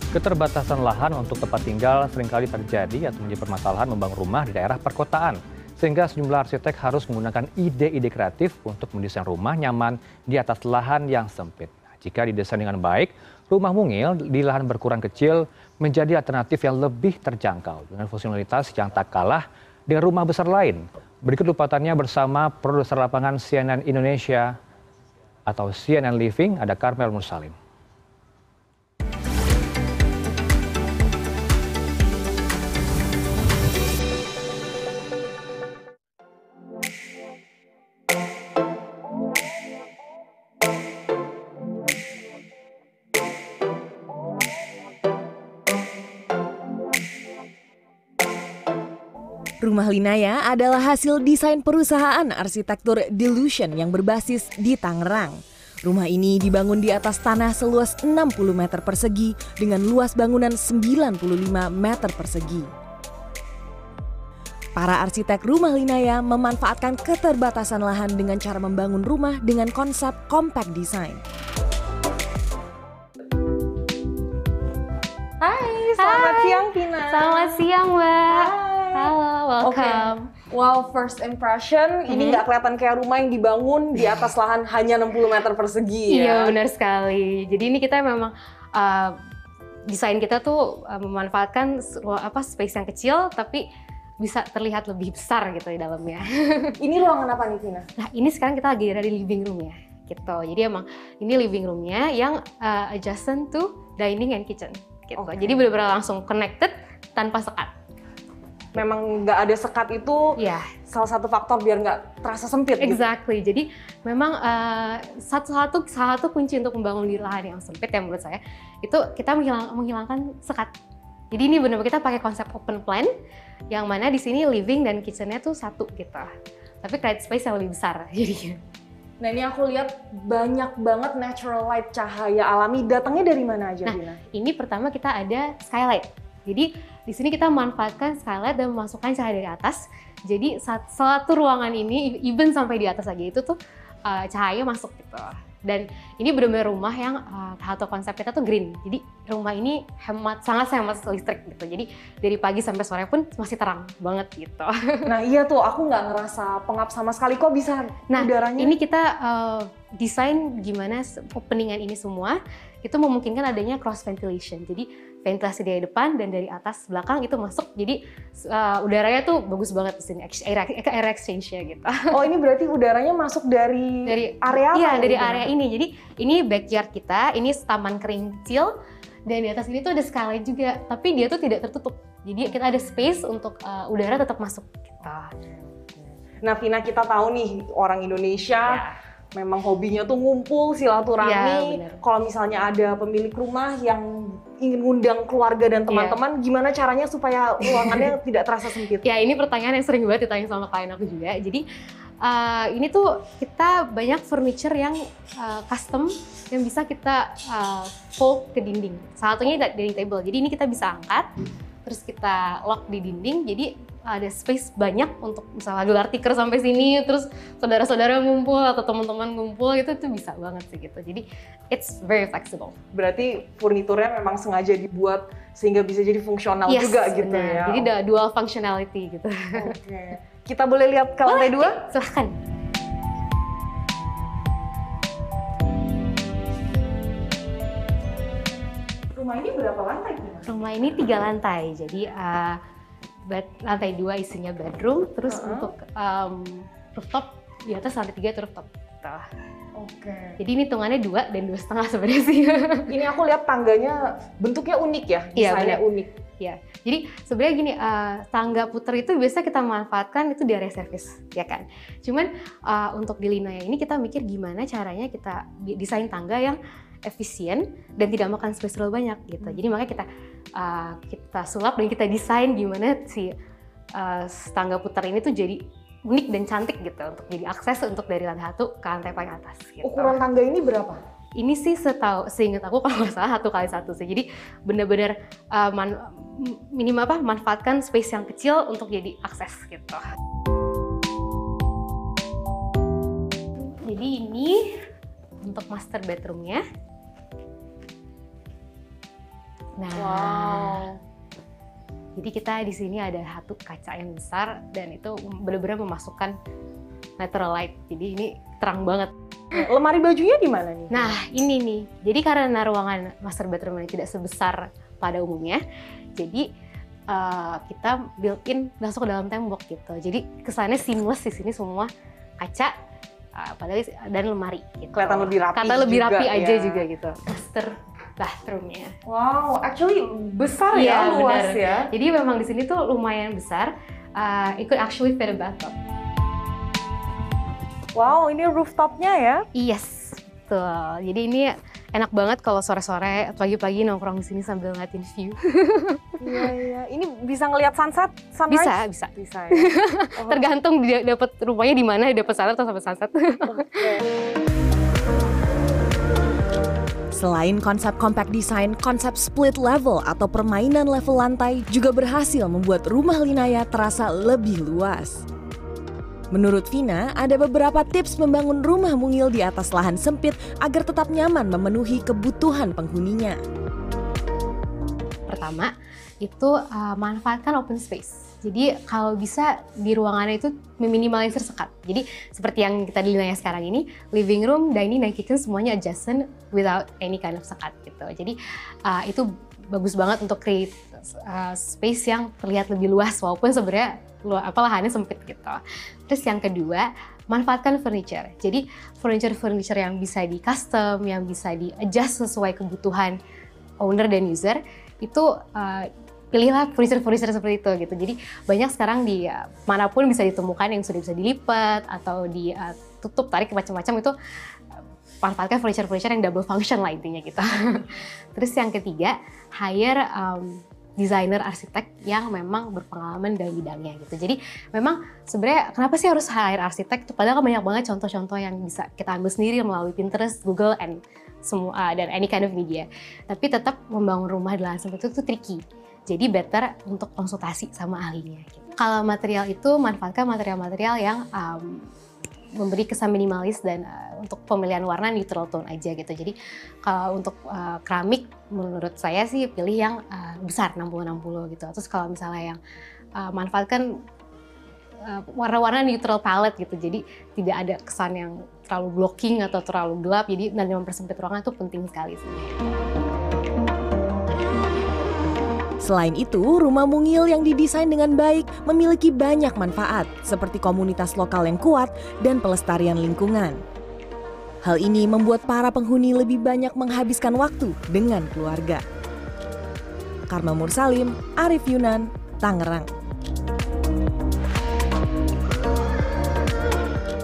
Keterbatasan lahan untuk tempat tinggal seringkali terjadi atau menjadi permasalahan membangun rumah di daerah perkotaan. Sehingga sejumlah arsitek harus menggunakan ide-ide kreatif untuk mendesain rumah nyaman di atas lahan yang sempit. Jika didesain dengan baik, rumah mungil di lahan berkurang kecil menjadi alternatif yang lebih terjangkau dengan fungsionalitas yang tak kalah dengan rumah besar lain. Berikut liputannya bersama produser lapangan CNN Indonesia atau CNN Living, ada Karmel Mursalim. Rumah Linaya adalah hasil desain perusahaan arsitektur Delusion yang berbasis di Tangerang. Rumah ini dibangun di atas tanah seluas 60 meter persegi dengan luas bangunan 95 meter persegi. Para arsitek Rumah Linaya memanfaatkan keterbatasan lahan dengan cara membangun rumah dengan konsep compact design. Hai, selamat siang Tina. Selamat siang Mbak. Halo, welcome. Okay. Wow, first impression, ini nggak kelihatan kayak rumah yang dibangun di atas lahan hanya 60 meter persegi ya? Iya, benar sekali. Jadi ini kita memang, desain kita tuh memanfaatkan space yang kecil, tapi bisa terlihat lebih besar gitu di dalamnya. Ini ruangan apa nih Tina? Nah, ini sekarang kita lagi ada di living room ya, gitu. Jadi emang ini living roomnya yang adjacent to dining and kitchen, gitu. Okay. Jadi benar-benar langsung connected tanpa sekat. Memang nggak ada sekat itu salah satu faktor biar nggak terasa sempit. Exactly. Gitu. Jadi memang salah satu kunci untuk membangun di lahan yang sempit yang menurut saya itu kita menghilangkan sekat. Jadi ini benar-benar kita pakai konsep open plan yang mana di sini living dan kitchennya tuh satu gitu. Tapi create space yang lebih besar jadinya. Nah ini aku lihat banyak banget natural light, cahaya alami. Datangnya dari mana aja, Dina? Ini pertama kita ada skylight. Jadi di sini kita memanfaatkan skylight dan memasukkan cahaya dari atas. Jadi satu ruangan ini, even sampai di atas aja itu tuh cahaya masuk gitu. Dan ini benar-benar rumah yang satu konsep kita tuh green. Jadi rumah ini sangat hemat listrik gitu. Jadi dari pagi sampai sore pun masih terang banget gitu. Nah iya tuh, aku nggak ngerasa pengap sama sekali. Kok bisa udaranya? Ini kita desain gimana openingan ini semua itu memungkinkan adanya cross ventilation. Jadi ventilasi dari depan dan dari atas belakang itu masuk. Jadi udaranya tuh bagus banget di sini, air exchange-nya gitu. Oh ini berarti udaranya masuk dari area apa? Iya, dari area ini. Jadi ini backyard kita, ini taman kering kecil. Dan di atas ini tuh ada skylight juga, tapi dia tuh tidak tertutup. Jadi kita ada space untuk udara tetap masuk gitu. Nah Vina, kita tahu nih orang Indonesia memang hobinya tuh ngumpul, silaturahmi. Kalau misalnya ada pemilik rumah yang ingin ngundang keluarga dan teman-teman, gimana caranya supaya ruangannya tidak terasa sempit? Ya ini pertanyaan yang sering banget ditanya sama klien aku juga. Jadi ini tuh kita banyak furniture yang custom yang bisa kita fold ke dinding. Salah satunya dining table. Jadi ini kita bisa angkat, terus kita lock di dinding. Jadi ada space banyak untuk misalnya gelar tikar sampai sini, terus saudara-saudara ngumpul atau teman-teman ngumpul itu bisa banget sih gitu. Jadi it's very flexible. Berarti furniturnya memang sengaja dibuat sehingga bisa jadi fungsional juga gitu ya. Jadi ada dual functionality gitu. Oke. Kita boleh lihat ke lantai 2? Silahkan. Rumah ini berapa lantai? Rumah ini 3 lantai. Jadi lantai 2 isinya bedroom, terus untuk rooftop di atas lantai 3 itu rooftop. Oke. Jadi ini hitungannya 2 dan 2,5 sebenarnya sih. Ini aku lihat tangganya bentuknya unik ya, desainnya unik. Iya. Jadi sebenarnya gini, tangga puter itu biasa kita manfaatkan itu di area service, ya kan. Cuman untuk di Linaya ini kita mikir gimana caranya kita desain tangga yang efisien dan tidak makan space terlalu banyak gitu. Jadi makanya kita sulap dan kita desain gimana si tangga putar ini tuh jadi unik dan cantik gitu untuk jadi akses untuk dari lantai 1 ke lantai paling atas. Gitu. Ukuran tangga ini berapa? Ini sih seingat aku kalau nggak salah 1x1 sih. Jadi benar-benar manfaatkan space yang kecil untuk jadi akses gitu. Jadi ini untuk master bedroomnya. Nah, jadi kita di sini ada satu kaca yang besar dan itu benar-benar memasukkan natural light. Jadi ini terang banget. Lemari bajunya di mana nih? Nah, ini nih. Jadi karena ruangan master bedroom ini tidak sebesar pada umumnya, jadi kita built-in langsung ke dalam tembok gitu. Jadi kesannya seamless di sini semua kaca, padahal dan lemari. Gitu. Kelihatan lebih rapi. Kelihatan lebih rapi juga, aja ya. juga gitu. Master bathroomnya. Wow, actually besar ya, luas bener. ya. Jadi memang di sini tuh lumayan besar. It could actually fit a bathtub. Wow, ini rooftopnya ya? Yes, betul. Jadi ini enak banget kalau sore-sore, pagi-pagi nongkrong di sini sambil ngeliatin view. Iya. Ini bisa ngelihat sunset, sunrise? Bisa. Bisa ya. Tergantung dia dapat rumahnya di mana, dapat sunset atau sampai sunset. Selain konsep compact design, konsep split level atau permainan level lantai juga berhasil membuat rumah Linaya terasa lebih luas. Menurut Vina, ada beberapa tips membangun rumah mungil di atas lahan sempit agar tetap nyaman memenuhi kebutuhan penghuninya. Pertama, itu manfaatkan open space. Jadi kalau bisa di ruangannya itu meminimalisir sekat. Jadi seperti yang kita di Linaya sekarang ini, living room, dining, dan kitchen semuanya adjacent without any kind of sekat gitu. Jadi itu bagus banget untuk create space yang terlihat lebih luas walaupun sebenarnya lahannya sempit gitu. Terus yang kedua, manfaatkan furniture. Jadi furniture yang bisa di custom, yang bisa di adjust sesuai kebutuhan owner dan user, itu pilihlah furniture seperti itu gitu. Jadi banyak sekarang di manapun bisa ditemukan yang sudah bisa dilipat atau ditutup, tarik macam-macam itu. Manfaatkan furniture yang double function lah intinya gitu. Terus yang ketiga, hire desainer arsitek yang memang berpengalaman dalam bidangnya gitu. Jadi memang sebenarnya kenapa sih harus hire arsitek? Padahal kan banyak banget contoh-contoh yang bisa kita ambil sendiri melalui Pinterest, Google, and semua dan any kind of media. Tapi tetap membangun rumah di lahan sempit itu tricky. Jadi better untuk konsultasi sama ahlinya. Gitu. Kalau material itu manfaatkan material-material yang memberi kesan minimalis dan untuk pemilihan warna neutral tone aja gitu. Jadi kalau untuk keramik menurut saya sih pilih yang besar 60-60 gitu. Terus kalau misalnya yang manfaatkan warna-warna neutral palette gitu. Jadi tidak ada kesan yang terlalu blocking atau terlalu gelap. Jadi dan mempersempit ruangan itu penting sekali sebenarnya. Selain itu, rumah mungil yang didesain dengan baik memiliki banyak manfaat, seperti komunitas lokal yang kuat dan pelestarian lingkungan. Hal ini membuat para penghuni lebih banyak menghabiskan waktu dengan keluarga. Karmel Mursalim, Arif Yunan, Tangerang.